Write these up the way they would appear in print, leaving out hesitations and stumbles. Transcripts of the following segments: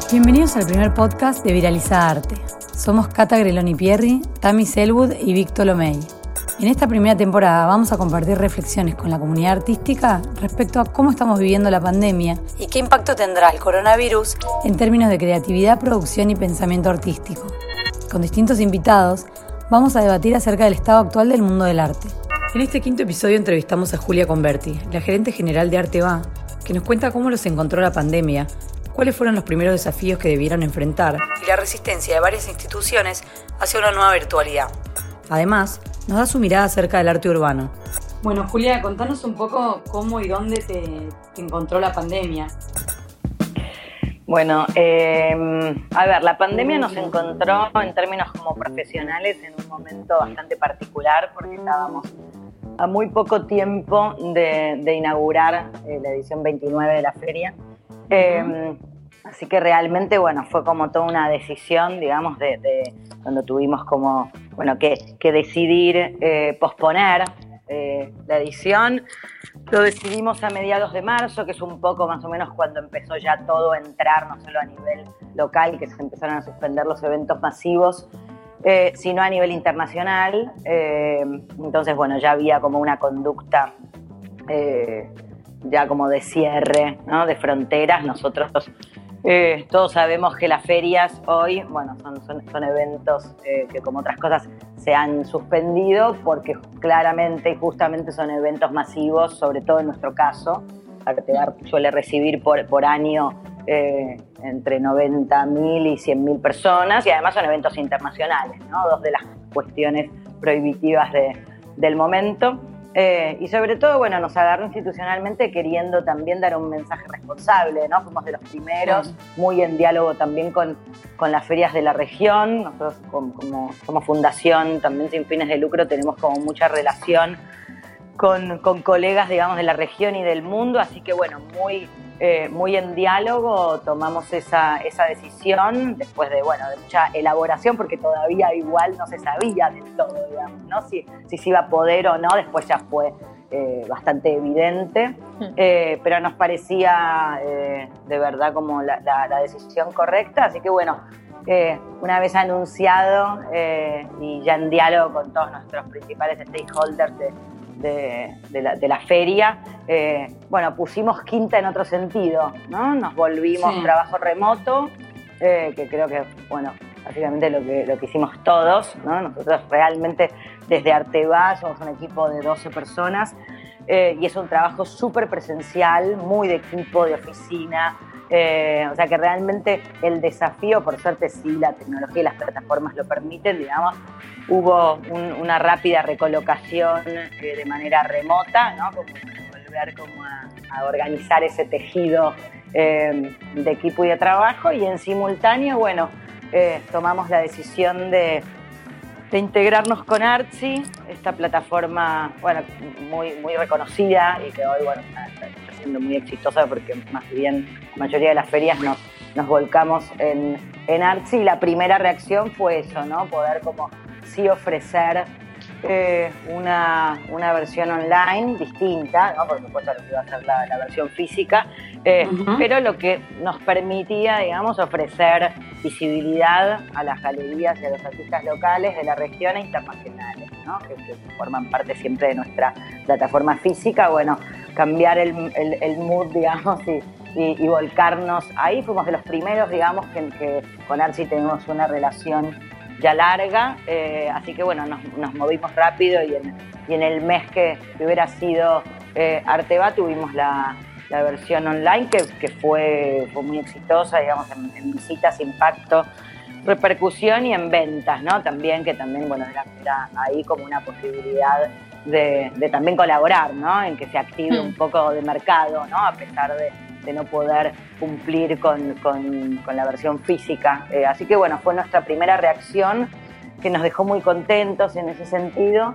Bienvenidos al primer podcast de Viraliza Arte. Somos Cata Greloni Pierri, Tami Selwood y Víctor Lomey. En esta primera temporada vamos a compartir reflexiones con la comunidad artística respecto a cómo estamos viviendo la pandemia y qué impacto tendrá el coronavirus en términos de creatividad, producción y pensamiento artístico. Con distintos invitados vamos a debatir acerca del estado actual del mundo del arte. En este quinto episodio entrevistamos a Julia Converti, la gerente general de Arte.va, que nos cuenta cómo los encontró la pandemia, cuáles fueron los primeros desafíos que debieron enfrentar y la resistencia de varias instituciones hacia una nueva virtualidad. Además, nos da su mirada acerca del arte urbano. Bueno, Julia, contanos un poco cómo y dónde te encontró la pandemia. Bueno, a ver, la pandemia nos encontró en términos como profesionales en un momento bastante particular porque estábamos a muy poco tiempo de inaugurar la edición 29 de la feria. Así que realmente, bueno, fue como toda una decisión, digamos, de cuando tuvimos como, bueno, que decidir posponer la edición. Lo decidimos a mediados de marzo, que es un poco más o menos cuando empezó ya todo a entrar, no solo a nivel local, que se empezaron a suspender los eventos masivos, sino a nivel internacional. Entonces, bueno, ya había como una conducta ya como de cierre, ¿no? De fronteras. Nosotros todos sabemos que las ferias hoy, bueno, son eventos que como otras cosas se han suspendido porque claramente y justamente son eventos masivos, sobre todo en nuestro caso. Arte.va suele recibir por año entre 90.000 y 100.000 personas y además son eventos internacionales, ¿no? Dos de las cuestiones prohibitivas del momento. Y sobre todo, bueno, nos agarró institucionalmente queriendo también dar un mensaje responsable, ¿no? Fuimos de los primeros, muy en diálogo también con las ferias de la región. Nosotros como fundación también sin fines de lucro tenemos como mucha relación con colegas, digamos, de la región y del mundo, así que bueno, muy en diálogo tomamos esa decisión después de mucha elaboración, porque todavía igual no se sabía del todo, digamos, ¿no? Si se iba a poder o no, después ya fue bastante evidente, pero nos parecía de verdad como la decisión correcta, así que bueno, una vez anunciado y ya en diálogo con todos nuestros principales stakeholders de la feria, pusimos quinta en otro sentido, ¿no? Nos volvimos trabajo remoto, que creo que, bueno, básicamente lo que hicimos todos, ¿no? Nosotros realmente desde Arte.va somos un equipo de 12 personas y es un trabajo súper presencial, muy de equipo, de oficina. O sea que realmente el desafío, por suerte sí, la tecnología y las plataformas lo permiten, digamos, hubo una rápida recolocación de manera remota, ¿no? Como volver como a organizar ese tejido de equipo y de trabajo, y en simultáneo, bueno, tomamos la decisión de integrarnos con Artsy, esta plataforma, bueno, muy reconocida y que hoy, bueno, está siendo muy exitosa porque más bien la mayoría de las ferias nos volcamos en Artsy, y la primera reacción fue eso, ¿no? Poder como sí ofrecer una versión online distinta, ¿no? Por supuesto lo que iba a ser la versión física, pero lo que nos permitía, digamos, ofrecer visibilidad a las galerías y a los artistas locales de la región e internacionales, ¿no? Que forman parte siempre de nuestra plataforma física. Bueno, cambiar el mood, digamos, y volcarnos ahí. Fuimos de los primeros, digamos, que con Artsy tenemos una relación ya larga, así que bueno, nos movimos rápido y en el mes que hubiera sido Arte.va tuvimos la versión online que fue muy exitosa, digamos, en visitas, impacto, repercusión y en ventas, ¿no? También, que también, bueno, era ahí como una posibilidad de también colaborar, ¿no? En que se active un poco de mercado, ¿no? A pesar de no poder cumplir con la versión física. Así que bueno, fue nuestra primera reacción que nos dejó muy contentos en ese sentido.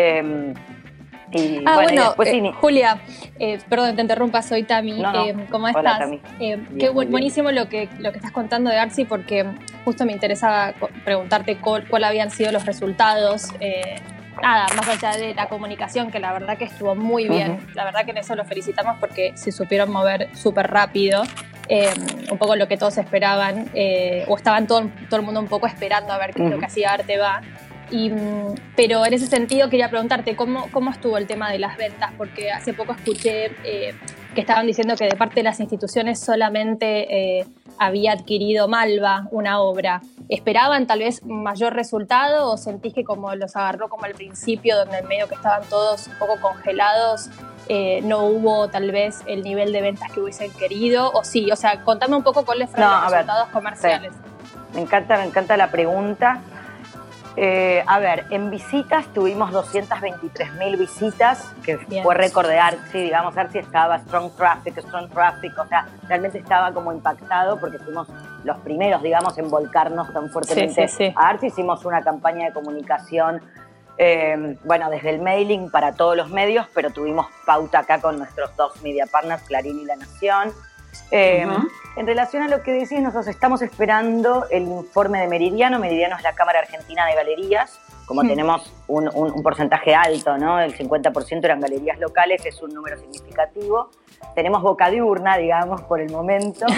Julia, perdón, te interrumpa, soy Tami. ¿Cómo estás? Hola, Tami. Qué buenísimo lo que estás contando de Artsy, porque justo me interesaba preguntarte cuál habían sido los resultados. Más allá de la comunicación, que la verdad que estuvo muy bien. La verdad que en eso los felicitamos porque se supieron mover súper rápido. un poco lo que todos esperaban, o estaban todo el mundo un poco esperando a ver qué es lo que hacía Arte Va. Pero en ese sentido quería preguntarte ¿cómo estuvo el tema de las ventas? Porque hace poco escuché que estaban diciendo que de parte de las instituciones solamente había adquirido Malva una obra. ¿Esperaban tal vez mayor resultado o sentís que como los agarró como al principio, donde en medio que estaban todos un poco congelados, no hubo tal vez el nivel de ventas que hubiesen querido? O sí, o sea, contame un poco cuáles fueron los resultados comerciales. Sí. Me encanta la pregunta. A ver, en visitas tuvimos 223.000 visitas, que Bien. Fue récord de Artsy, digamos, Artsy estaba strong traffic, o sea, realmente estaba como impactado porque fuimos los primeros, digamos, en volcarnos tan fuertemente a Artsy. Hicimos una campaña de comunicación, bueno, desde el mailing para todos los medios, pero tuvimos pauta acá con nuestros dos media partners, Clarín y La Nación. En relación a lo que decís, nosotros estamos esperando el informe de Meridiano. Meridiano es la Cámara Argentina de Galerías. Como tenemos un porcentaje alto, ¿no? El 50% eran galerías locales, es un número significativo. Tenemos boca de urna, digamos, por el momento.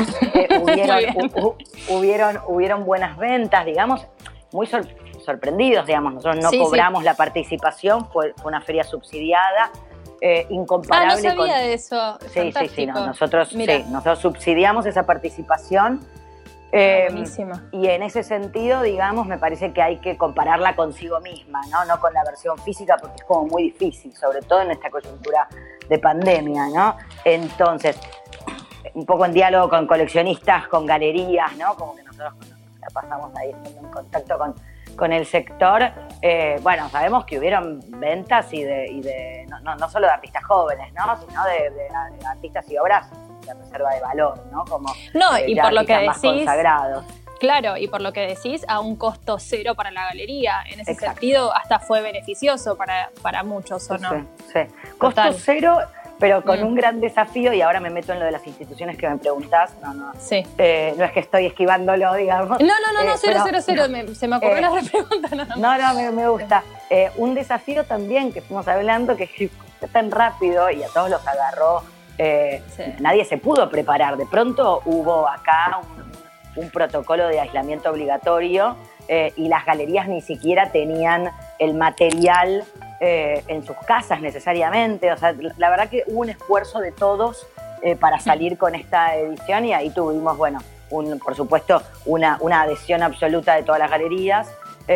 Hubieron buenas ventas, digamos, muy sorprendidos, digamos. Nosotros no cobramos la participación, fue una feria subsidiada. Incomparable. No sabía de eso. Sí, no, nosotros subsidiamos esa participación. Buenísima. Y en ese sentido, digamos, me parece que hay que compararla consigo misma, no con la versión física, porque es como muy difícil, sobre todo en esta coyuntura de pandemia, ¿no? Entonces, un poco en diálogo con coleccionistas, con galerías, ¿no? Como que nosotros la pasamos ahí estando en contacto con el sector. Bueno, sabemos que hubieron ventas y de no solo de artistas jóvenes, ¿no? Sino de artistas y obras de reserva de valor, ¿no? Como y por lo que decís, más consagrados. Claro, y por lo que decís, a un costo cero para la galería. En ese sentido, hasta fue beneficioso para muchos, ¿o no? Sí. Costo cero, pero con un gran desafío, y ahora me meto en lo de las instituciones que me preguntás. No es que estoy esquivándolo, digamos. No, cero. Se me ocurrió la pregunta. No, me gusta. Un desafío también que fuimos hablando, que fue tan rápido y a todos los agarró. Nadie se pudo preparar. De pronto hubo acá un protocolo de aislamiento obligatorio y las galerías ni siquiera tenían el material en sus casas necesariamente. O sea, la verdad que hubo un esfuerzo de todos para salir con esta edición, y ahí tuvimos, bueno, por supuesto, una adhesión absoluta de todas las galerías,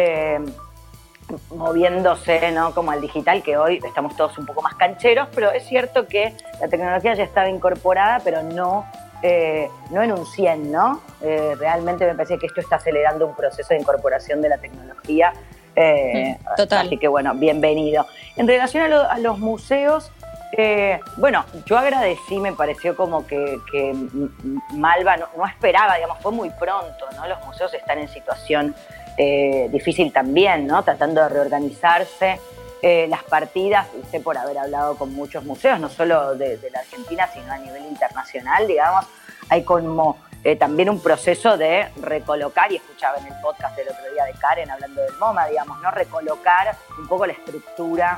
moviéndose, ¿no? Como al digital, que hoy estamos todos un poco más cancheros, pero es cierto que la tecnología ya estaba incorporada, pero no en un 100, ¿no? Realmente me parece que esto está acelerando un proceso de incorporación de la tecnología. Total. Así que bueno, bienvenido. En relación a los museos, bueno, yo agradecí, me pareció como que Malva no esperaba, digamos, fue muy pronto, ¿no? Los museos están en situación difícil también, ¿no? Tratando de reorganizarse. Las partidas, sé por haber hablado con muchos museos, no solo de la Argentina, sino a nivel internacional, digamos, hay como también un proceso de recolocar, y escuchaba en el podcast del otro día de Karen hablando del MoMA, digamos, ¿no? Recolocar un poco la estructura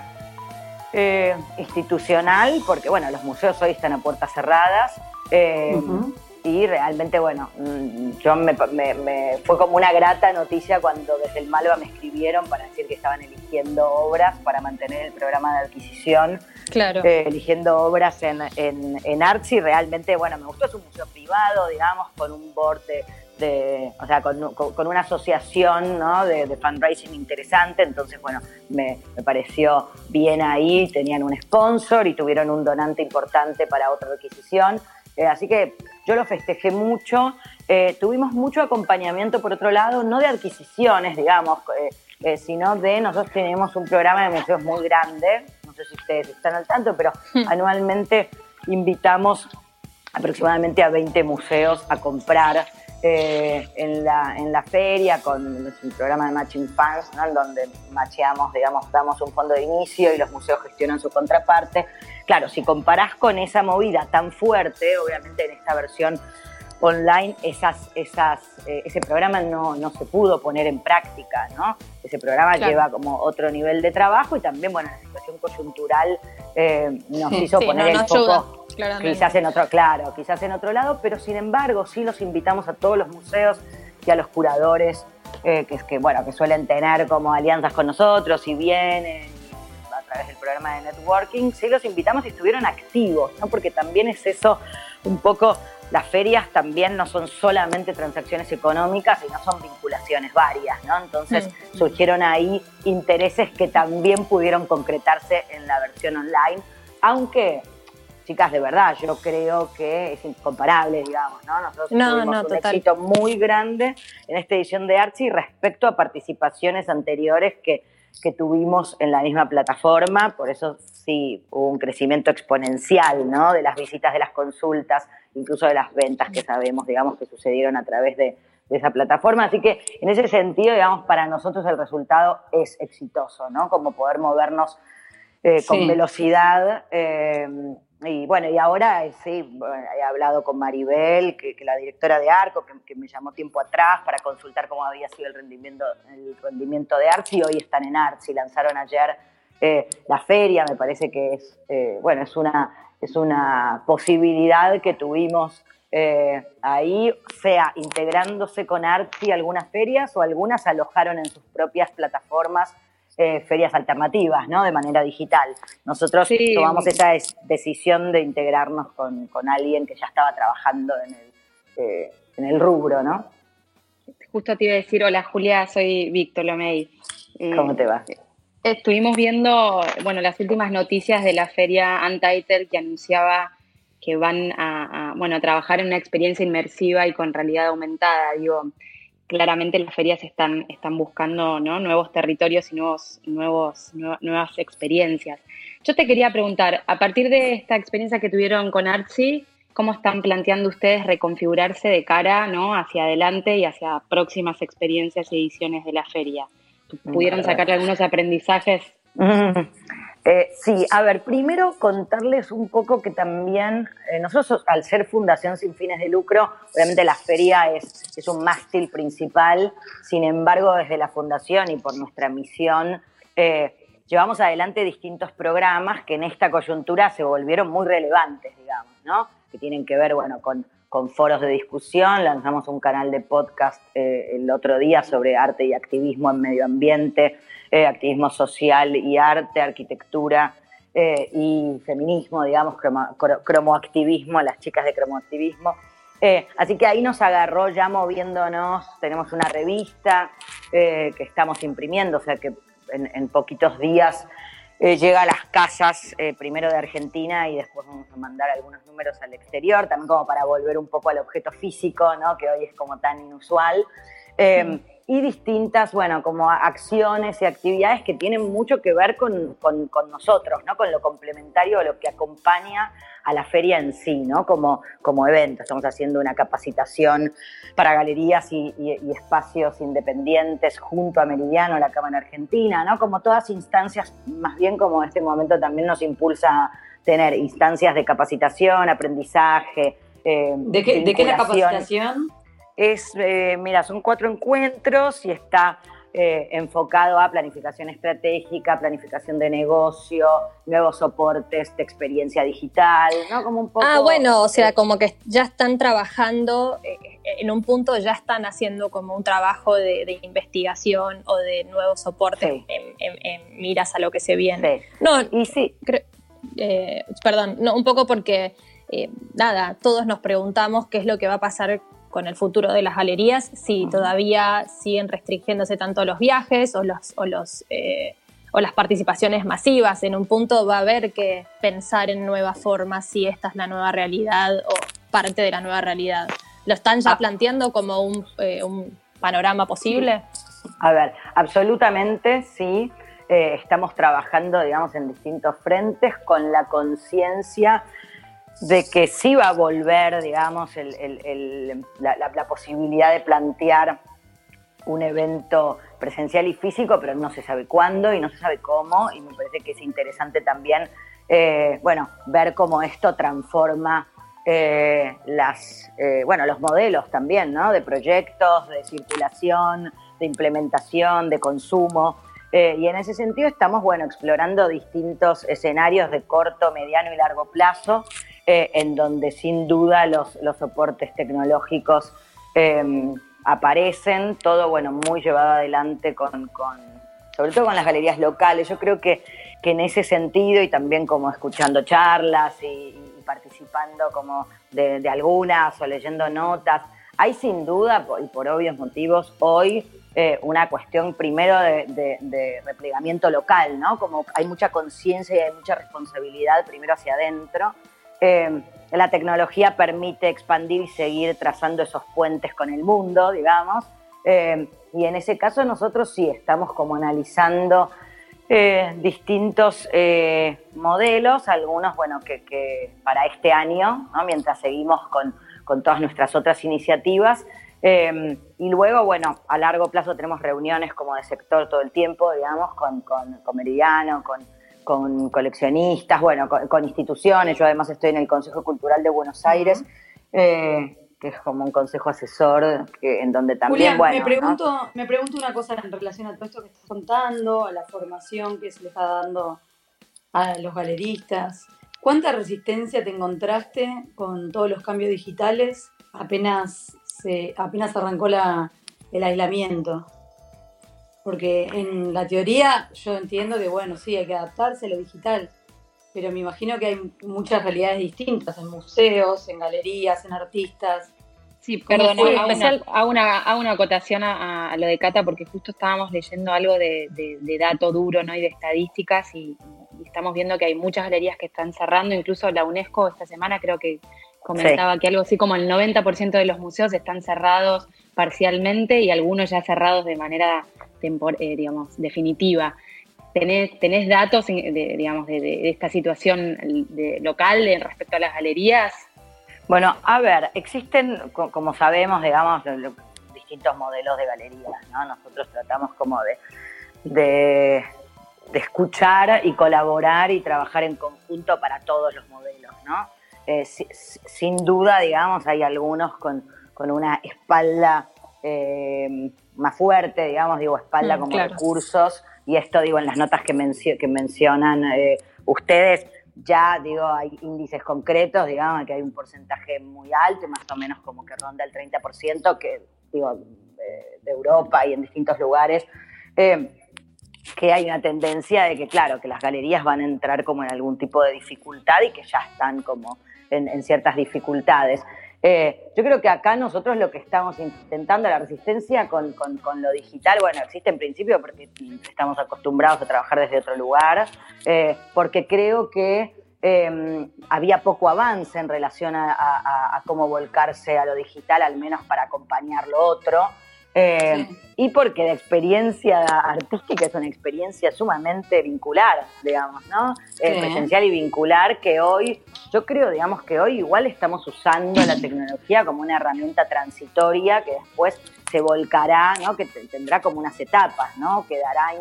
institucional, porque bueno, los museos hoy están a puertas cerradas, y realmente, bueno, yo fue como una grata noticia cuando desde el Malva me escribieron para decir que estaban eligiendo obras para mantener el programa de adquisición. Claro. Eligiendo obras en Artsy. Realmente, bueno, me gustó. Es un museo privado, digamos, con un board o sea, con una asociación, ¿no? de fundraising interesante. Entonces, bueno, me pareció bien ahí. Tenían un sponsor y tuvieron un donante importante para otra adquisición. Así que yo lo festejé mucho. Tuvimos mucho acompañamiento, por otro lado, no de adquisiciones, digamos, sino nosotros tenemos un programa de museos muy grande. No sé si ustedes están al tanto, pero anualmente invitamos aproximadamente a 20 museos a comprar en la feria con un programa de Matching Funds, ¿no? En donde macheamos, digamos, damos un fondo de inicio y los museos gestionan su contraparte. Claro, si comparás con esa movida tan fuerte, obviamente en esta versión online ese programa no se pudo poner en práctica, ¿no? Ese programa lleva como otro nivel de trabajo, y también, bueno, la situación coyuntural nos hizo poner el foco. claramente. Quizás en otro lado, pero sin embargo sí los invitamos a todos los museos y a los curadores que suelen tener como alianzas con nosotros y vienen a través del programa de networking, sí los invitamos y estuvieron activos, ¿no? Porque también es eso un poco, las ferias también no son solamente transacciones económicas, sino son vinculaciones varias, ¿no? Entonces surgieron ahí intereses que también pudieron concretarse en la versión online, aunque, chicas, de verdad, yo creo que es incomparable, digamos, ¿no? Nosotros tuvimos un éxito muy grande en esta edición de Artsy respecto a participaciones anteriores que tuvimos en la misma plataforma, por eso sí hubo un crecimiento exponencial, ¿no? De las visitas, de las consultas, incluso de las ventas que sabemos, digamos, que sucedieron a través de esa plataforma. Así que en ese sentido, digamos, para nosotros el resultado es exitoso, ¿no? Como poder movernos con velocidad. Y bueno, y ahora sí, he hablado con Maribel, que la directora de Arco, que me llamó tiempo atrás para consultar cómo había sido el rendimiento de Artsy. Hoy están en Artsy, lanzaron ayer la feria. Me parece que es una posibilidad que tuvimos ahí, sea integrándose con Artsy algunas ferias o algunas alojaron en sus propias plataformas ferias alternativas, ¿no? De manera digital. Nosotros tomamos esa decisión de integrarnos con alguien que ya estaba trabajando en el rubro, ¿no? Justo te iba a decir, hola Julia, soy Víctor Lomey. ¿Cómo te va? Estuvimos viendo, las últimas noticias de la feria Untitled, que anunciaba que van a trabajar en una experiencia inmersiva y con realidad aumentada. Digo, claramente las ferias están buscando, ¿no? Nuevos territorios y nuevas experiencias. Yo te quería preguntar, a partir de esta experiencia que tuvieron con Artsy, ¿cómo están planteando ustedes reconfigurarse de cara, ¿no? Hacia adelante y hacia próximas experiencias y ediciones de la feria? ¿Pudieron sacarle algunos aprendizajes? Sí, a ver, primero contarles un poco que también nosotros, al ser fundación sin fines de lucro, obviamente la feria es un mástil principal. Sin embargo, desde la fundación y por nuestra misión, llevamos adelante distintos programas que en esta coyuntura se volvieron muy relevantes, digamos, ¿no? Que tienen que ver, con foros de discusión. Lanzamos un canal de podcast el otro día sobre arte y activismo en medio ambiente, activismo social y arte, arquitectura y feminismo, digamos, cromoactivismo, las chicas de cromoactivismo. Así que ahí nos agarró ya moviéndonos. Tenemos una revista que estamos imprimiendo, o sea que en poquitos días llega a las casas, primero de Argentina y después vamos a mandar algunos números al exterior, también como para volver un poco al objeto físico, ¿no? Que hoy es como tan inusual. Y distintas, como acciones y actividades que tienen mucho que ver con nosotros, ¿no? Con lo complementario, lo que acompaña a la feria en sí, ¿no? Como evento. Estamos haciendo una capacitación para galerías y espacios independientes junto a Meridiano, la Cámara Argentina, ¿no? Como todas instancias, más bien como este momento también nos impulsa a tener instancias de capacitación, aprendizaje. ¿De qué es la capacitación? Son 4 encuentros y está enfocado a planificación estratégica, planificación de negocio, nuevos soportes de experiencia digital, ¿no? Como un poco... o sea, como que ya están trabajando, en un punto ya están haciendo como un trabajo de investigación o de nuevos soportes en miras a lo que se viene. Sí. No, y sí. Un poco porque, todos nos preguntamos qué es lo que va a pasar con el futuro de las galerías, si todavía siguen restringiéndose tanto los viajes o las participaciones masivas. En un punto va a haber que pensar en nuevas formas, si esta es la nueva realidad o parte de la nueva realidad. ¿Lo están ya planteando como un panorama posible? A ver, absolutamente sí. Estamos trabajando, digamos, en distintos frentes con la conciencia de que sí va a volver, digamos, la posibilidad de plantear un evento presencial y físico, pero no se sabe cuándo y no se sabe cómo, y me parece que es interesante también, ver cómo esto transforma los modelos también, ¿no? De proyectos, de circulación, de implementación, de consumo. Y en ese sentido estamos, explorando distintos escenarios de corto, mediano y largo plazo. en donde sin duda los soportes tecnológicos aparecen, todo bueno, muy llevado adelante sobre todo con las galerías locales. Yo creo que en ese sentido, y también como escuchando charlas y participando como de algunas o leyendo notas, hay sin duda, y por obvios motivos, hoy una cuestión primero de replegamiento local, ¿no? Como hay mucha conciencia y hay mucha responsabilidad primero hacia adentro. La tecnología permite expandir y seguir trazando esos puentes con el mundo, digamos, y en ese caso nosotros sí estamos como analizando distintos modelos, algunos, bueno, que para este año, ¿no? Mientras seguimos con todas nuestras otras iniciativas, y luego, bueno, a largo plazo tenemos reuniones como de sector todo el tiempo, digamos, con Meridiano, con coleccionistas, bueno, con instituciones. Yo además estoy en el Consejo Cultural de Buenos Aires, que es como un consejo asesor en donde también, Julián, bueno, me pregunto una cosa en relación a todo esto que estás contando, a la formación que se le está dando a los galeristas. ¿Cuánta resistencia te encontraste con todos los cambios digitales apenas arrancó el aislamiento? Porque en la teoría yo entiendo que, bueno, sí, hay que adaptarse a lo digital, pero me imagino que hay muchas realidades distintas en museos, en galerías, en artistas. Sí, perdón, hago una acotación a lo de Cata, porque justo estábamos leyendo algo de dato duro, ¿no? Y de estadísticas, y estamos viendo que hay muchas galerías que están cerrando. Incluso la UNESCO esta semana creo que comentaba que algo así como el 90% de los museos están cerrados parcialmente y algunos ya cerrados de manera digamos, definitiva. ¿Tenés datos de esta situación local respecto a las galerías? Bueno, a ver, existen, como sabemos, digamos, distintos modelos de galerías, ¿no? Nosotros tratamos como de escuchar y colaborar y trabajar en conjunto para todos los modelos, ¿no? Sin duda, digamos, hay algunos con una espalda más fuerte, digamos, espalda como claro. Recursos, y esto, en las notas que mencionan ustedes, ya, hay índices concretos, digamos, que hay un porcentaje muy alto, más o menos como que ronda el 30%, que, de Europa y en distintos lugares, que hay una tendencia de que, claro, que las galerías van a entrar como en algún tipo de dificultad y que ya están como en ciertas dificultades. Yo creo que acá nosotros lo que estamos intentando, la resistencia con lo digital, bueno, existe en principio porque estamos acostumbrados a trabajar desde otro lugar, porque creo que había poco avance en relación a cómo volcarse a lo digital, al menos para acompañar lo otro. Sí. Y porque la experiencia artística es una experiencia sumamente vincular, digamos, ¿no? Sí. Presencial y vincular, que hoy, yo creo, digamos, que hoy igual estamos usando la tecnología como una herramienta transitoria que después se volcará, ¿no? Que tendrá como unas etapas, ¿no? Quedará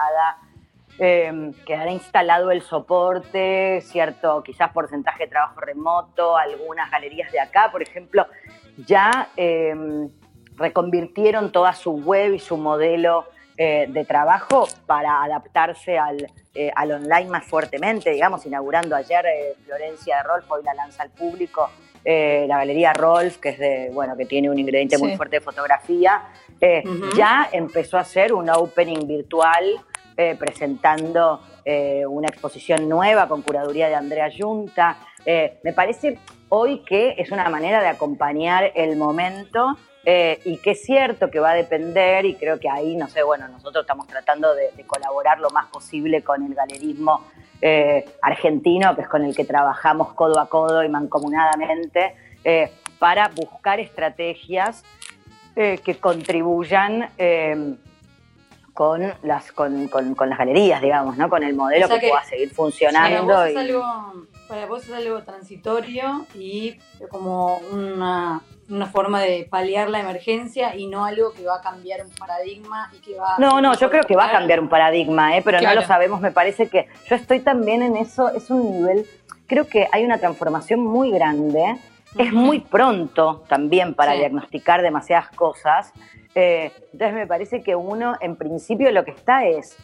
instalado el soporte, cierto, quizás porcentaje de trabajo remoto. Algunas galerías de acá, por ejemplo, ya reconvirtieron toda su web y su modelo de trabajo para adaptarse al online más fuertemente, digamos, inaugurando ayer Florencia de Rolf, hoy la lanza al público, la Galería Rolf, que es que tiene un ingrediente muy fuerte de fotografía, ya empezó a hacer un opening virtual presentando una exposición nueva con curaduría de Andrea Yunta. Me parece hoy que es una manera de acompañar el momento. Y que es cierto que va a depender, y creo que ahí, no sé, nosotros estamos tratando de colaborar lo más posible con el galerismo argentino, que es con el que trabajamos codo a codo y mancomunadamente, para buscar estrategias que contribuyan con las galerías, digamos, ¿no? Con el modelo que pueda seguir funcionando. Para vos es algo transitorio y como una forma de paliar la emergencia y no algo que va a cambiar un paradigma y que va... No, yo creo que va a cambiar un paradigma, pero claro. No lo sabemos. Me parece que yo estoy también en eso, es un nivel, creo que hay una transformación muy grande, es muy pronto también para diagnosticar demasiadas cosas, entonces me parece que uno en principio lo que está es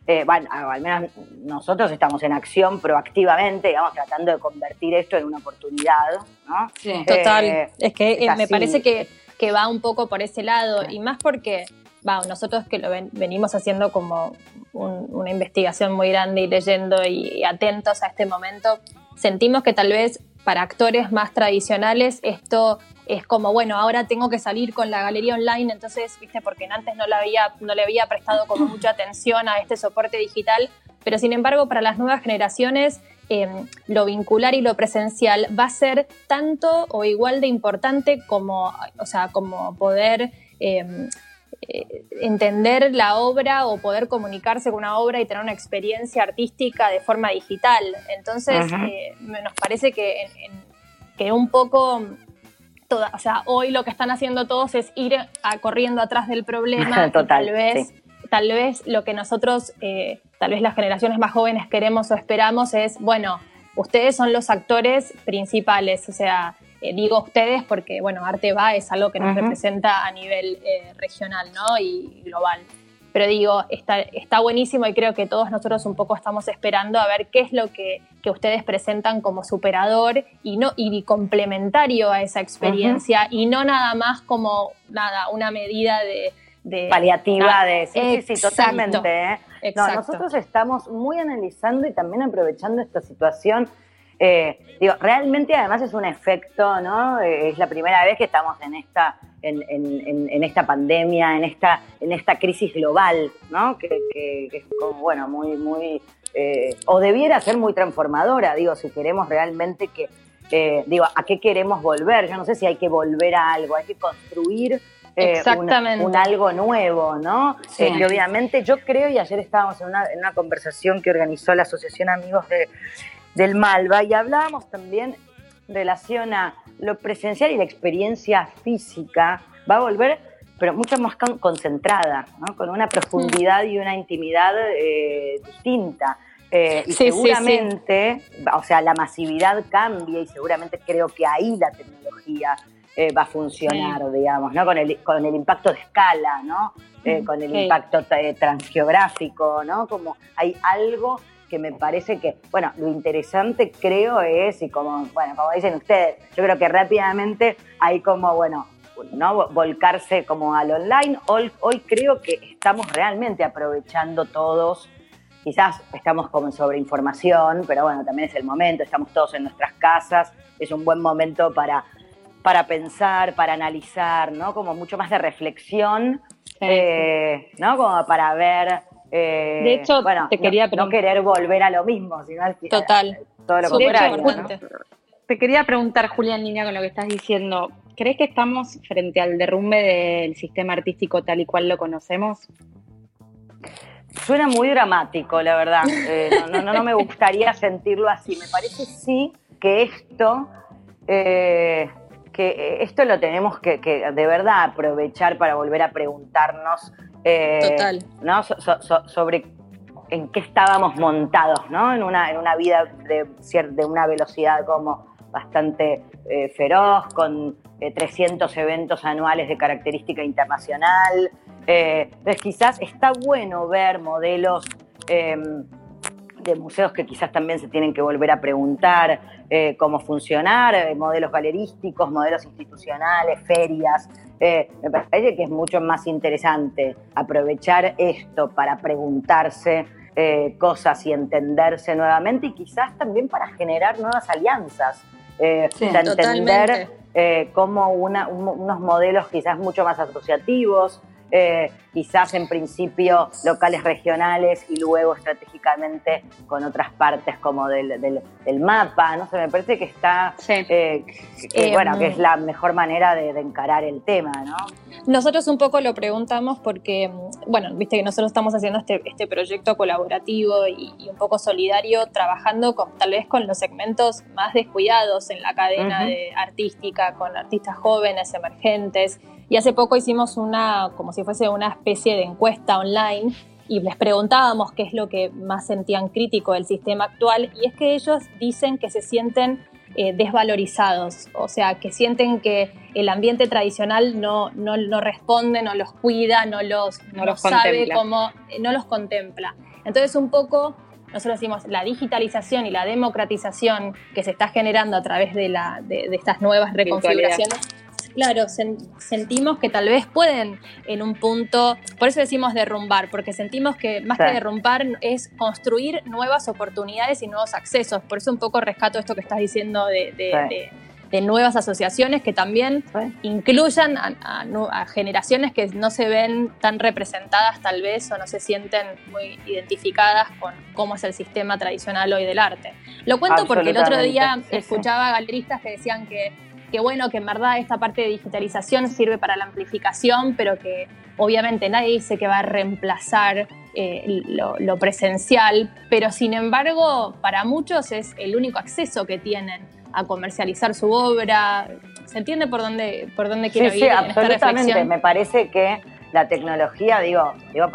bueno, al menos nosotros estamos en acción proactivamente, digamos, tratando de convertir esto en una oportunidad, ¿no? Sí. Total, es que me parece que va un poco por ese lado, y más porque nosotros que lo venimos haciendo como una investigación muy grande y leyendo y atentos a este momento, sentimos que tal vez para actores más tradicionales esto es como, bueno, ahora tengo que salir con la galería online, entonces, viste, porque antes no le había prestado como mucha atención a este soporte digital, pero sin embargo para las nuevas generaciones lo vincular y lo presencial va a ser tanto o igual de importante como poder entender la obra o poder comunicarse con una obra y tener una experiencia artística de forma digital. Entonces, nos parece que un poco hoy lo que están haciendo todos es ir corriendo atrás del problema. Total, tal vez lo que nosotros, tal vez las generaciones más jóvenes queremos o esperamos es, bueno, ustedes son los actores principales, o sea, digo ustedes porque, bueno, Arte Va es algo que nos representa a nivel regional, ¿no? Y global. Pero digo, está buenísimo y creo que todos nosotros un poco estamos esperando a ver qué es lo que ustedes presentan como superador y complementario a esa experiencia y no nada más como una medida de paliativa sí, totalmente. Exacto. Nosotros estamos muy analizando y también aprovechando esta situación. Realmente además es un efecto, ¿no? Es la primera vez que estamos en esta pandemia, en esta crisis global, ¿no? Que es como, bueno, muy o debiera ser muy transformadora, si queremos realmente ¿a qué queremos volver? Yo no sé si hay que volver a algo, hay que construir un algo nuevo, ¿no? Sí. Que obviamente yo creo, y ayer estábamos en una conversación que organizó la Asociación Amigos del Malva, y hablábamos también en relación a lo presencial y la experiencia física va a volver, pero mucho más concentrada, ¿no? Con una profundidad y una intimidad distinta. Y seguramente, o sea, la masividad cambia y seguramente creo que ahí la tecnología va a funcionar, digamos, ¿no? Con el impacto de escala, ¿no? Con el impacto transgeográfico, ¿no? Como hay algo que me parece que, bueno, lo interesante creo es, y como dicen ustedes, yo creo que rápidamente hay como, bueno, ¿no? Volcarse como al online. Hoy creo que estamos realmente aprovechando todos, quizás estamos como en sobreinformación, pero bueno, también es el momento, estamos todos en nuestras casas, es un buen momento para pensar, para analizar, ¿no? Como mucho más de reflexión, ¿no? Como para ver... de hecho, te quería no querer volver a lo mismo, sino al final todo lo contrario, contrario, ¿no? Te quería preguntar, Julia, en línea con lo que estás diciendo, ¿crees que estamos frente al derrumbe del sistema artístico tal y cual lo conocemos? Suena muy dramático, la verdad. No me gustaría sentirlo así. Me parece sí que esto lo tenemos que de verdad aprovechar para volver a preguntarnos ¿no? sobre en qué estábamos montados, ¿no? En una vida de una velocidad como bastante feroz, con 300 eventos anuales de característica internacional. Entonces quizás está bueno ver modelos de museos que quizás también se tienen que volver a preguntar cómo funcionar, modelos galerísticos, modelos institucionales, ferias. Me parece que es mucho más interesante aprovechar esto para preguntarse cosas y entenderse nuevamente, y quizás también para generar nuevas alianzas. Entender cómo unos modelos quizás mucho más asociativos, quizás en principio locales regionales y luego estratégicamente con otras partes como del mapa, no sé, me parece que está que es la mejor manera de encarar el tema, ¿no? Nosotros un poco lo preguntamos porque, bueno, viste que nosotros estamos haciendo este proyecto colaborativo y un poco solidario, trabajando tal vez con los segmentos más descuidados en la cadena artística, con artistas jóvenes, emergentes. Y hace poco hicimos como si fuese una especie de encuesta online, y les preguntábamos qué es lo que más sentían crítico del sistema actual, y es que ellos dicen que se sienten desvalorizados, o sea, que sienten que el ambiente tradicional no responde, no los cuida, no los sabe cómo, no los contempla. Entonces un poco nosotros decimos la digitalización y la democratización que se está generando a través de estas nuevas reconfiguraciones. Claro, sentimos que tal vez pueden en un punto, por eso decimos derrumbar, porque sentimos que más que derrumbar es construir nuevas oportunidades y nuevos accesos. Por eso un poco rescato esto que estás diciendo de nuevas asociaciones que también incluyan a generaciones que no se ven tan representadas tal vez o no se sienten muy identificadas con cómo es el sistema tradicional hoy del arte. Lo cuento porque el otro día escuchaba galeristas que decían que bueno, que en verdad esta parte de digitalización sirve para la amplificación, pero que obviamente nadie dice que va a reemplazar lo presencial, pero sin embargo para muchos es el único acceso que tienen a comercializar su obra. ¿Se entiende por dónde quiero ir en esta reflexión? Me parece que la tecnología, digo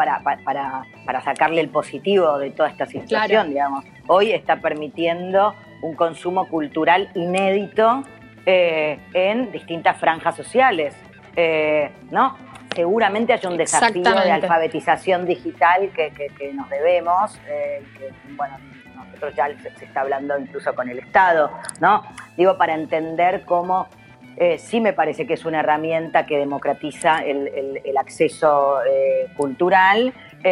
para sacarle el positivo de toda esta situación, digamos, hoy está permitiendo un consumo cultural inédito en distintas franjas sociales, ¿no? Seguramente hay un desafío de alfabetización digital que nos debemos, que, bueno, nosotros ya se está hablando incluso con el Estado, ¿no? Digo, para entender cómo sí me parece que es una herramienta que democratiza el acceso cultural,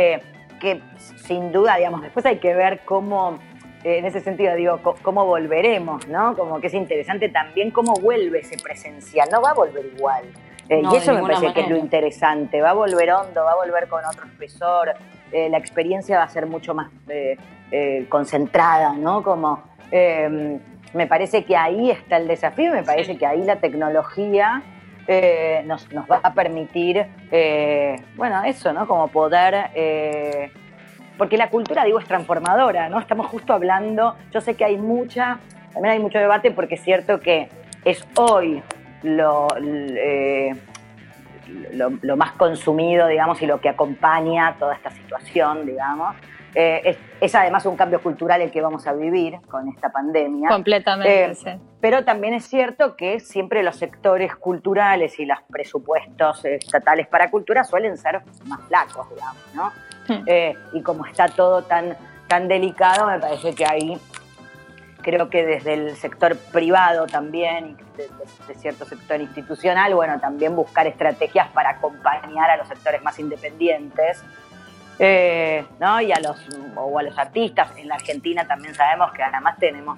que sin duda, digamos, después hay que ver cómo, en ese sentido, digo, cómo volveremos, ¿no? Como que es interesante también cómo vuelve ese presencial, no va a volver igual. Y eso me parece que es lo interesante, va a volver hondo, va a volver con otro espesor, la experiencia va a ser mucho más concentrada, ¿no? Como, me parece que ahí está el desafío, me parece que ahí la tecnología nos va a permitir, bueno, eso, ¿no? Como poder... porque la cultura, digo, es transformadora, ¿no? Estamos justo hablando, yo sé que también hay mucho debate porque es cierto que es hoy lo más consumido, digamos, y lo que acompaña toda esta situación, digamos. Es además un cambio cultural el que vamos a vivir con esta pandemia. Completamente, sí. Pero también es cierto que siempre los sectores culturales y los presupuestos estatales para cultura suelen ser más flacos, digamos, ¿no? Y como está todo tan delicado, me parece que ahí creo que desde el sector privado también y de cierto sector institucional, bueno, también buscar estrategias para acompañar a los sectores más independientes, ¿no? Y a los artistas. En la Argentina también sabemos que además tenemos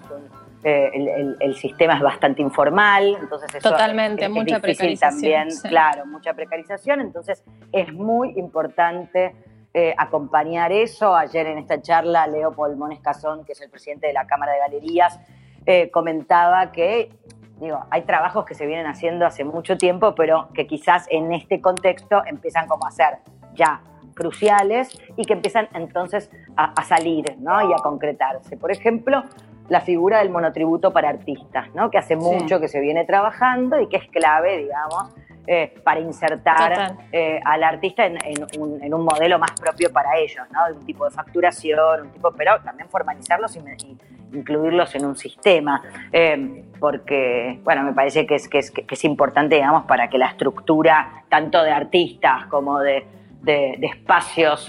el sistema es bastante informal, entonces eso totalmente, mucha precarización también, claro, mucha precarización, entonces es muy importante acompañar eso. Ayer en esta charla Leo Polmones Casón, que es el presidente de la Cámara de Galerías, comentaba que, digo, hay trabajos que se vienen haciendo hace mucho tiempo, pero que quizás en este contexto empiezan como a ser ya cruciales y que empiezan entonces a salir, ¿no? Y a concretarse. Por ejemplo, la figura del monotributo para artistas, ¿no? Que hace mucho que se viene trabajando y que es clave, digamos, para insertar al artista en un modelo más propio para ellos, ¿no? De un tipo de facturación, pero también formalizarlos y incluirlos en un sistema, porque, bueno, me parece que es importante, digamos, para que la estructura tanto de artistas como de espacios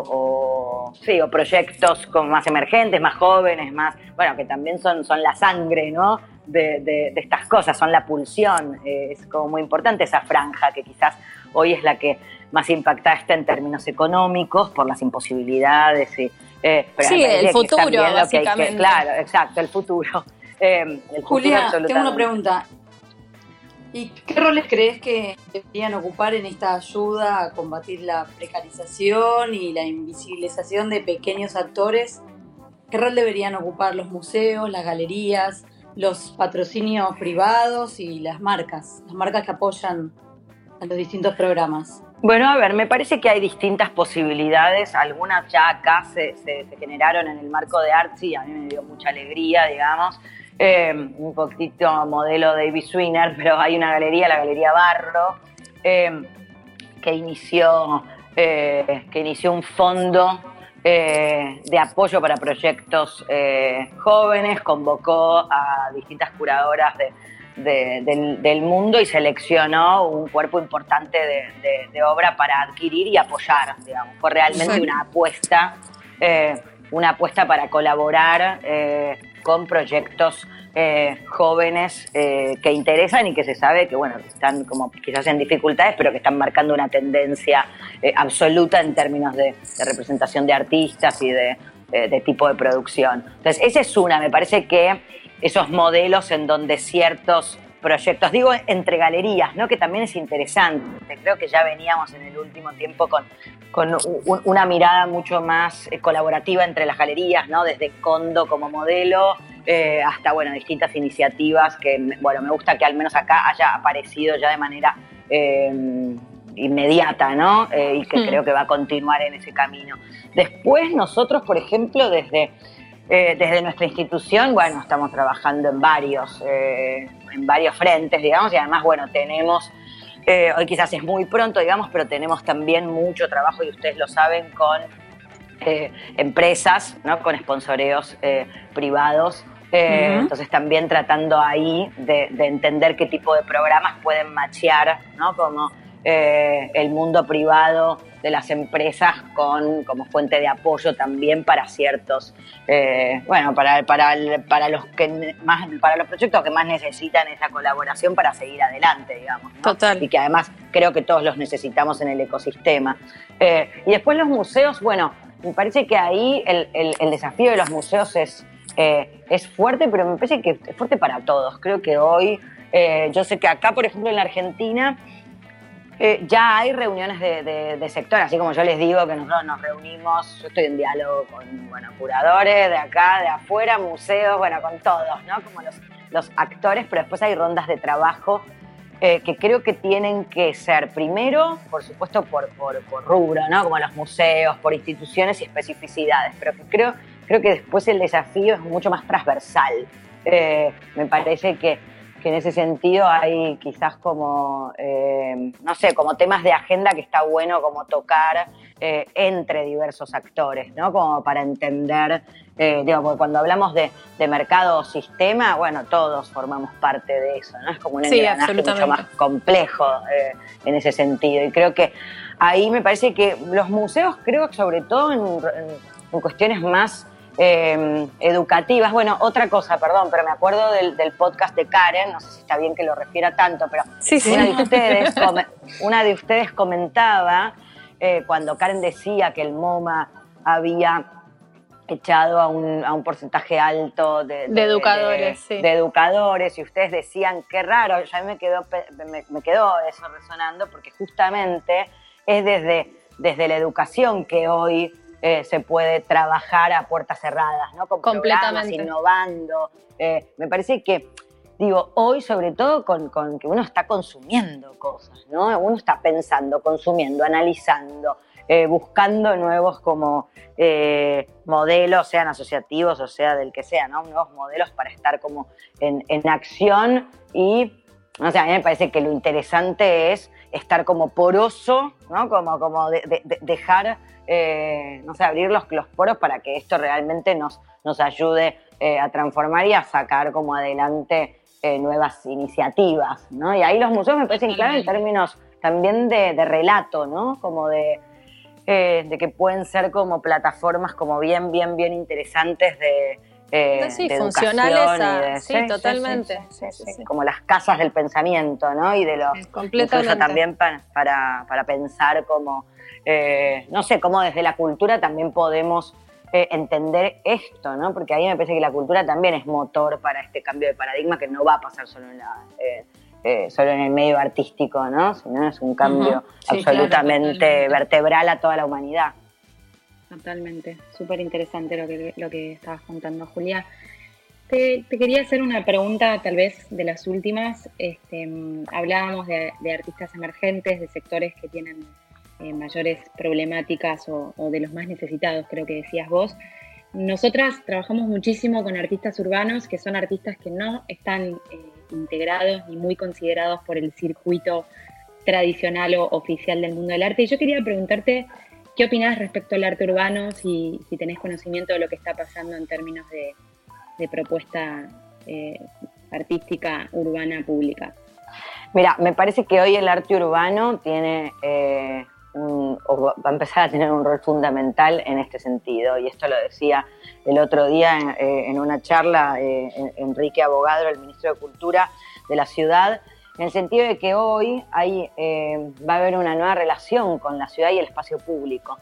o proyectos como más emergentes, más jóvenes, más, bueno, que también son la sangre, ¿no? De estas cosas, son la pulsión, es como muy importante esa franja que quizás hoy es la que más impactada está en términos económicos por las imposibilidades pero sí, el futuro, básicamente. Claro, exacto, el futuro. Julia, tengo una pregunta. ¿Y qué roles crees que deberían ocupar en esta ayuda a combatir la precarización y la invisibilización de pequeños actores? ¿Qué rol deberían ocupar los museos, las galerías, los patrocinios privados y las marcas que apoyan a los distintos programas? Bueno, a ver, me parece que hay distintas posibilidades, algunas ya acá se generaron en el marco de Artsy, a mí me dio mucha alegría, digamos, un poquito modelo David Swinner, pero hay una galería, la Galería Barro, que inició un fondo de apoyo para proyectos jóvenes, convocó a distintas curadoras del mundo y seleccionó un cuerpo importante de obra para adquirir y apoyar, digamos. Fue realmente una apuesta una apuesta para colaborar con proyectos jóvenes que interesan y que se sabe que, bueno, están como quizás en dificultades, pero que están marcando una tendencia absoluta en términos de representación de artistas y de tipo de producción. Entonces, esa es una. Me parece que esos modelos en donde ciertos proyectos, digo entre galerías, ¿no? Que también es interesante. Creo que ya veníamos en el último tiempo con una mirada mucho más colaborativa entre las galerías, ¿no? Desde Condo como modelo hasta, bueno, distintas iniciativas que, bueno, me gusta que al menos acá haya aparecido ya de manera inmediata, ¿no? Y que creo que va a continuar en ese camino. Después nosotros, por ejemplo, desde nuestra institución, bueno, estamos trabajando en varios frentes, digamos, y además, bueno, tenemos, hoy quizás es muy pronto, digamos, pero tenemos también mucho trabajo, y ustedes lo saben, con empresas, ¿no? Con sponsoreos privados. Entonces también tratando ahí de entender qué tipo de programas pueden machear, ¿no? Como el mundo privado de las empresas como fuente de apoyo también para ciertos, bueno, para los proyectos que más necesitan esa colaboración para seguir adelante, digamos, ¿no? Total. Y que además creo que todos los necesitamos en el ecosistema. Y después los museos, bueno, me parece que ahí el desafío de los museos es fuerte, pero me parece que es fuerte para todos. Creo que hoy, yo sé que acá, por ejemplo, en la Argentina, ya hay reuniones de sector, así como yo les digo que nosotros nos reunimos, yo estoy en diálogo con, bueno, curadores de acá, de afuera, museos, bueno, con todos, ¿no? Como los actores, pero después hay rondas de trabajo que creo que tienen que ser primero, por supuesto, por rubro, ¿no? Como los museos, por instituciones y especificidades, pero que creo que después el desafío es mucho más transversal. Me parece que en ese sentido hay quizás como, no sé, como temas de agenda que está bueno como tocar entre diversos actores, ¿no? Como para entender, digo, porque cuando hablamos de mercado o sistema, bueno, todos formamos parte de eso, ¿no? Es como un engranaje mucho más complejo en ese sentido. Y creo que ahí me parece que los museos, creo que sobre todo en cuestiones más educativas. Bueno, otra cosa, perdón, pero me acuerdo del podcast de Karen, no sé si está bien que lo refiera tanto, pero sí. Una de ustedes comentaba cuando Karen decía que el MoMA había echado a un porcentaje alto de educadores, sí. De educadores, y ustedes decían, qué raro, ya me quedó eso resonando, porque justamente es desde la educación que hoy se puede trabajar a puertas cerradas, ¿no? Con programas, innovando. Me parece que, digo, hoy sobre todo con que uno está consumiendo cosas, ¿no? Uno está pensando, consumiendo, analizando, buscando nuevos como modelos, sean asociativos o sea del que sea, ¿no? Nuevos modelos para estar como en acción y, no sé, a mí me parece que lo interesante es estar como poroso, ¿no? Como dejar, no sé, abrir los poros para que esto realmente nos ayude a transformar y a sacar como adelante nuevas iniciativas, ¿no? Y ahí los museos me parecen clave en términos también de relato, ¿no? Como de que pueden ser como plataformas como bien interesantes de funcionales sí, totalmente. Sí. Como las casas del pensamiento, ¿no? Y de los completamente también para pensar como no sé, cómo desde la cultura también podemos entender esto, ¿no? Porque ahí me parece que la cultura también es motor para este cambio de paradigma que no va a pasar solo en el medio artístico, ¿no? Sino es un cambio absolutamente vertebral a toda la humanidad. Totalmente, súper interesante lo que estabas contando, Julia. Te quería hacer una pregunta, tal vez de las últimas. Hablábamos de artistas emergentes, de sectores que tienen mayores problemáticas o de los más necesitados, creo que decías vos. Nosotras trabajamos muchísimo con artistas urbanos, que son artistas que no están integrados ni muy considerados por el circuito tradicional o oficial del mundo del arte. Y yo quería preguntarte, ¿qué opinás respecto al arte urbano? Si tenés conocimiento de lo que está pasando en términos de propuesta artística urbana pública. Mira, me parece que hoy el arte urbano tiene o va a empezar a tener un rol fundamental en este sentido. Y esto lo decía el otro día en una charla Enrique Abogadro, el ministro de Cultura de la ciudad, en el sentido de que hoy va a haber una nueva relación con la ciudad y el espacio público,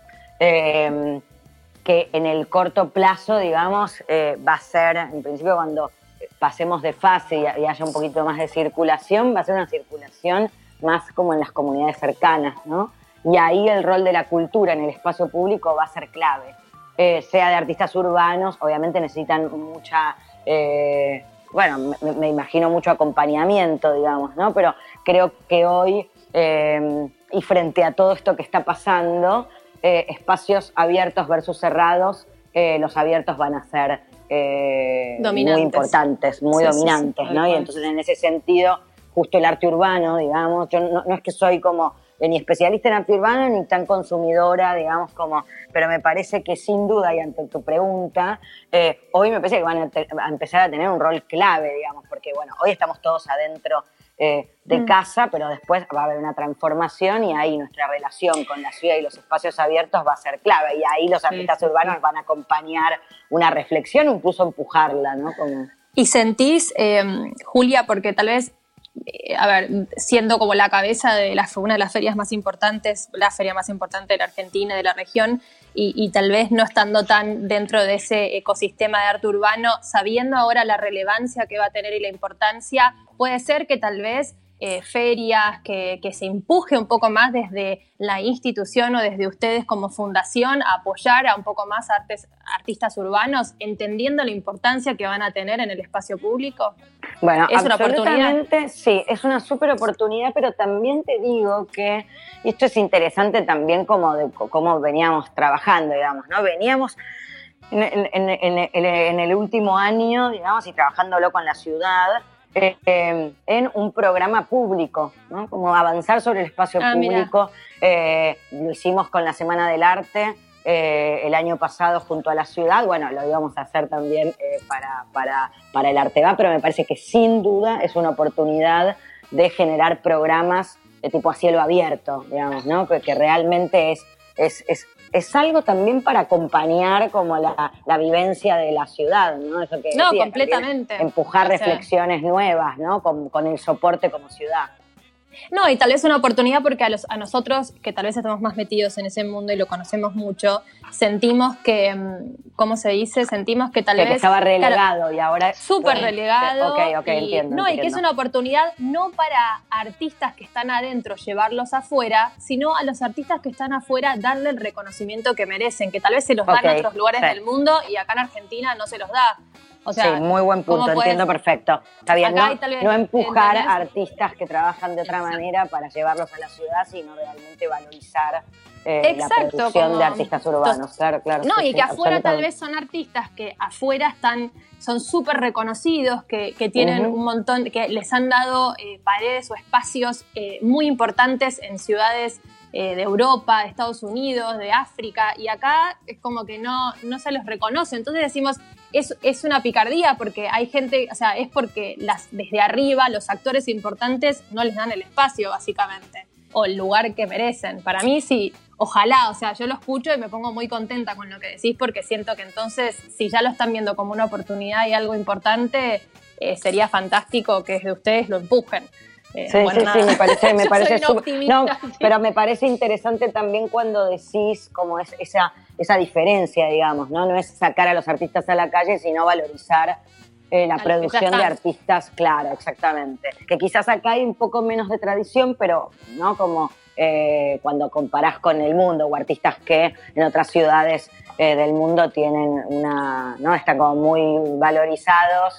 que en el corto plazo, digamos, va a ser, en principio, cuando pasemos de fase y haya un poquito más de circulación, va a ser una circulación más como en las comunidades cercanas, ¿no? Y ahí el rol de la cultura en el espacio público va a ser clave. Sea de artistas urbanos, obviamente necesitan mucha, me imagino mucho acompañamiento, digamos, ¿no? Pero creo que hoy, y frente a todo esto que está pasando, espacios abiertos versus cerrados, los abiertos van a ser muy importantes, muy dominantes, ¿no? Y entonces en ese sentido, justo el arte urbano, digamos, yo no es que soy como ni especialista en arte urbano ni tan consumidora, digamos, pero me parece que sin duda, y ante tu pregunta, hoy me parece que van a empezar a tener un rol clave, digamos, porque bueno, hoy estamos todos adentro de casa, pero después va a haber una transformación y ahí nuestra relación con la ciudad y los espacios abiertos va a ser clave, y ahí los artistas urbanos van a acompañar una reflexión, incluso empujarla, ¿no? Y sentís, Julia, porque tal vez, siendo como la cabeza de una de las ferias más importantes, la feria más importante de la Argentina, de la región, y tal vez no estando tan dentro de ese ecosistema de arte urbano, sabiendo ahora la relevancia que va a tener y la importancia, puede ser que tal vez ferias, que se empuje un poco más desde la institución o desde ustedes como fundación a apoyar a un poco más artistas urbanos, entendiendo la importancia que van a tener en el espacio público. Bueno, ¿Es una oportunidad? Sí, es una súper oportunidad, pero también te digo que, y esto es interesante también cómo veníamos trabajando, digamos, ¿no? Veníamos en el último año, digamos, y trabajándolo con la ciudad, en un programa público, ¿no? Como avanzar sobre el espacio público. Lo hicimos con la Semana del Arte el año pasado junto a la ciudad. Bueno, lo íbamos a hacer también para el Arte Va, pero me parece que sin duda es una oportunidad de generar programas de tipo a cielo abierto, digamos, ¿no? Que realmente es algo también para acompañar como la vivencia de la ciudad, ¿no? Eso que no, decía, completamente. Empujar reflexiones nuevas, ¿no? Con el soporte como ciudad. No, y tal vez una oportunidad porque a nosotros, que tal vez estamos más metidos en ese mundo y lo conocemos mucho, sentimos que, ¿cómo se dice? Sentimos que tal vez... Que estaba relegado y ahora... Súper relegado. Ok, entiendo. No, y que es una oportunidad no para artistas que están adentro llevarlos afuera, sino a los artistas que están afuera darle el reconocimiento que merecen, que tal vez se los dan en otros lugares del mundo y acá en Argentina no se los da. O sea, sí, muy buen punto, entiendo perfecto. Está bien, no empujar a artistas que trabajan de otra manera para llevarlos a la ciudad, sino realmente valorizar la producción de artistas urbanos. Claro. No, sí, y que afuera tal vez son artistas que afuera son súper reconocidos, que tienen un montón, que les han dado paredes o espacios muy importantes en ciudades de Europa, de Estados Unidos, de África, y acá es como que no se los reconoce. Entonces decimos, es una picardía porque hay gente, o sea, es porque desde arriba los actores importantes no les dan el espacio, básicamente, o el lugar que merecen. Para mí sí, ojalá, o sea, yo lo escucho y me pongo muy contenta con lo que decís porque siento que entonces, si ya lo están viendo como una oportunidad y algo importante, sería fantástico que desde ustedes lo empujen. Sí, me parece súper. No, pero me parece interesante también cuando decís como esa diferencia, digamos, ¿no? No es sacar a los artistas a la calle, sino valorizar la producción de artistas, claro, exactamente. Que quizás acá hay un poco menos de tradición, pero no como cuando comparás con el mundo o artistas que en otras ciudades del mundo tienen ¿no? Están como muy valorizados.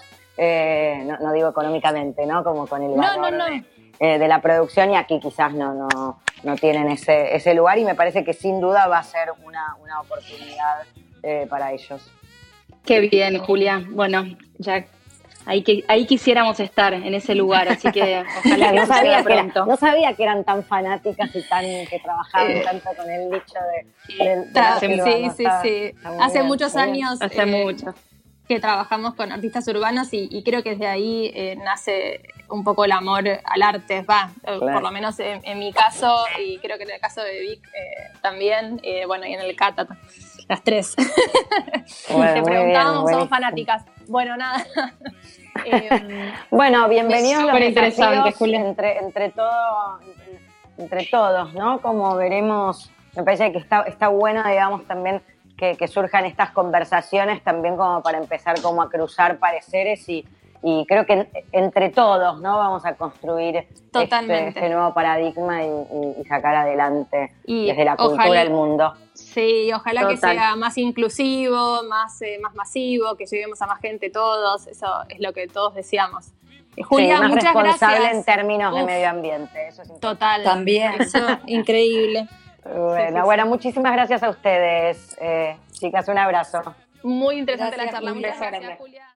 No digo económicamente, ¿no? Como con el valor de la producción, y aquí quizás no tienen ese lugar, y me parece que sin duda va a ser una oportunidad para ellos. Qué bien, Julia. Bueno, ya ahí quisiéramos estar en ese lugar, así que ojalá que sea pronto. No sabía que eran tan fanáticas y que trabajaban tanto con el dicho de sí. Hace muchos años. Hace mucho. que trabajamos con artistas urbanos y creo que desde ahí nace un poco el amor al arte, por lo menos en mi caso, y creo que en el caso de Vic también, bueno, y en el Cata, las tres. Bueno, te preguntábamos, bien, somos fanáticas. Bueno, nada. Bueno, bienvenidos a los interesante, Julia. Entre todos, ¿no? Como veremos, me parece que está bueno, digamos, también que surjan estas conversaciones también como para empezar como a cruzar pareceres y creo que entre todos, ¿no? Vamos a construir este nuevo paradigma y sacar adelante desde la cultura el mundo. Sí, ojalá que sea más inclusivo, más masivo, que lleguemos a más gente todos, eso es lo que todos deseamos. Julia, más muchas responsable gracias. En términos de medio ambiente, eso es importante. Total. También. Eso, increíble. Bueno, muchísimas gracias a ustedes, chicas, un abrazo. Muy interesante la charla. Un beso Muchas gracias, grande. Julia.